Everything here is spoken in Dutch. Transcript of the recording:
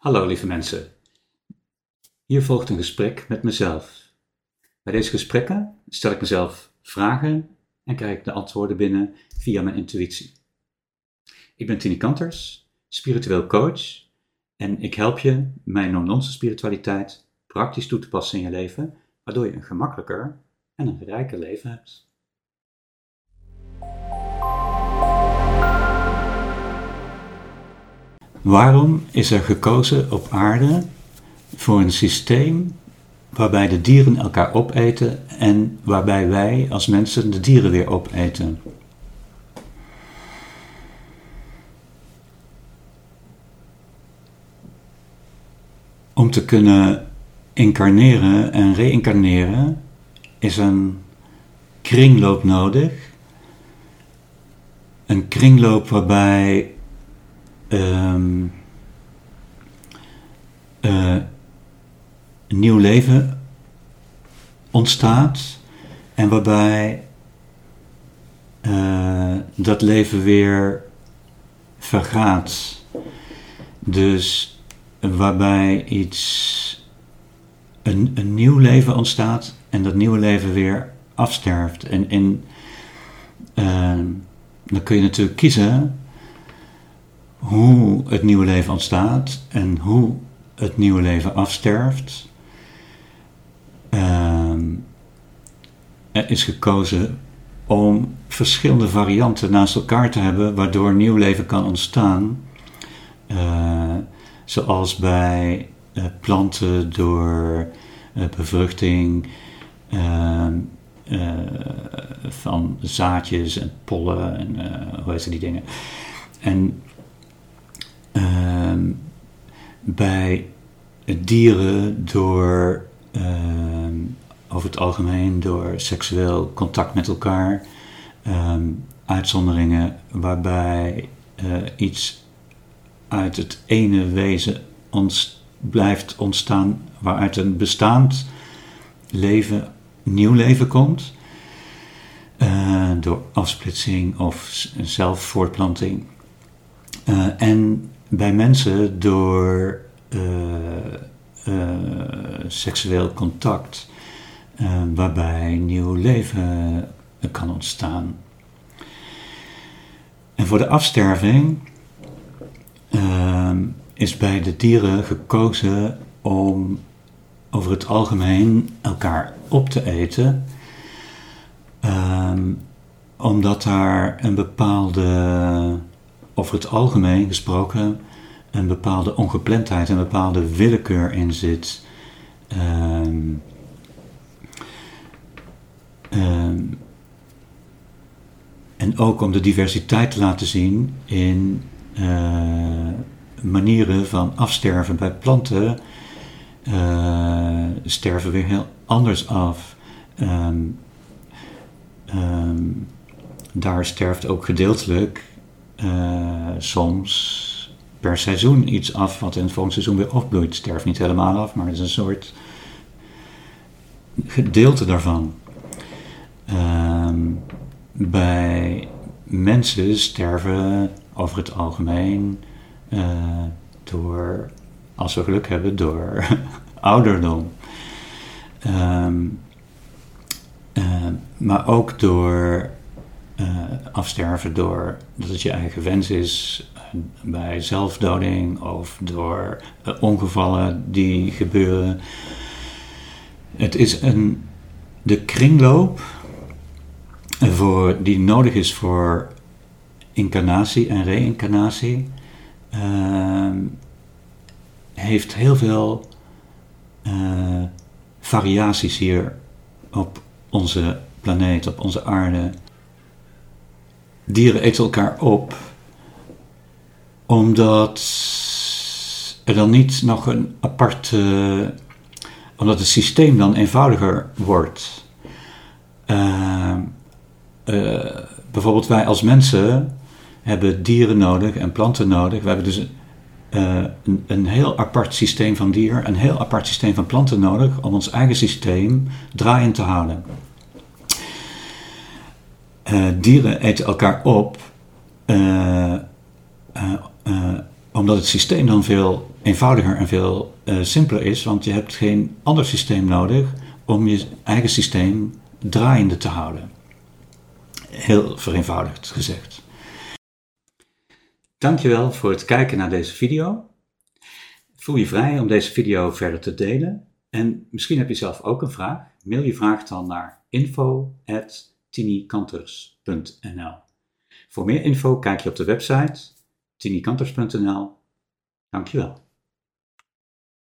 Hallo lieve mensen, hier volgt een gesprek met mezelf. Bij deze gesprekken stel ik mezelf vragen en krijg ik de antwoorden binnen via mijn intuïtie. Ik ben Tini Kanters, spiritueel coach en ik help je mijn no-nonsense spiritualiteit praktisch toe te passen in je leven, waardoor je een gemakkelijker en een rijker leven hebt. Waarom is er gekozen op aarde voor een systeem waarbij de dieren elkaar opeten en waarbij wij als mensen de dieren weer opeten? Om te kunnen incarneren en reïncarneren is een kringloop nodig. Een kringloop waarbij een nieuw leven ontstaat en waarbij dat leven weer vergaat. Dus waarbij een nieuw leven ontstaat en dat nieuwe leven weer afsterft. En dan kun je natuurlijk kiezen hoe het nieuwe leven ontstaat en hoe het nieuwe leven afsterft. Er is gekozen om verschillende varianten naast elkaar te hebben, waardoor nieuw leven kan ontstaan. Zoals bij planten door bevruchting van zaadjes en pollen en hoe heet die dingen. En bij dieren door over het algemeen door seksueel contact met elkaar, uitzonderingen waarbij iets uit het ene wezen blijft ontstaan, waaruit een bestaand leven, nieuw leven komt, door afsplitsing of zelfvoortplanting. En bij mensen door seksueel contact, waarbij nieuw leven kan ontstaan. En voor de afsterving is bij de dieren gekozen om over het algemeen elkaar op te eten, omdat daar een bepaalde, over het algemeen gesproken, een bepaalde ongeplandheid, een bepaalde willekeur in zit. En ook om de diversiteit te laten zien in manieren van afsterven. Bij planten sterven weer heel anders af. Daar sterft ook gedeeltelijk soms per seizoen iets af wat in het volgende seizoen weer opbloeit. Sterft niet helemaal af, maar het is een soort gedeelte daarvan. Bij mensen sterven over het algemeen door, als we geluk hebben, door ouderdom. Maar ook door afsterven door dat het je eigen wens is, bij zelfdoding of door ongevallen die gebeuren. Het is de kringloop die nodig is voor incarnatie en reïncarnatie, heeft heel veel variaties hier op onze planeet, op onze aarde. Dieren eten elkaar op omdat er dan niet nog een aparte, omdat het systeem dan eenvoudiger wordt. Bijvoorbeeld wij als mensen hebben dieren nodig en planten nodig. We hebben dus een heel apart systeem van dier, een heel apart systeem van planten nodig om ons eigen systeem draaiend te houden. Dieren eten elkaar op Omdat het systeem dan veel eenvoudiger en veel simpeler is, want je hebt geen ander systeem nodig om je eigen systeem draaiende te houden. Heel vereenvoudigd gezegd. Dankjewel voor het kijken naar deze video. Voel je vrij om deze video verder te delen. En misschien heb je zelf ook een vraag. Mail je vraag dan naar info@tinikanters.nl. Voor meer info kijk je op de website tinikanters.nl. Dankjewel.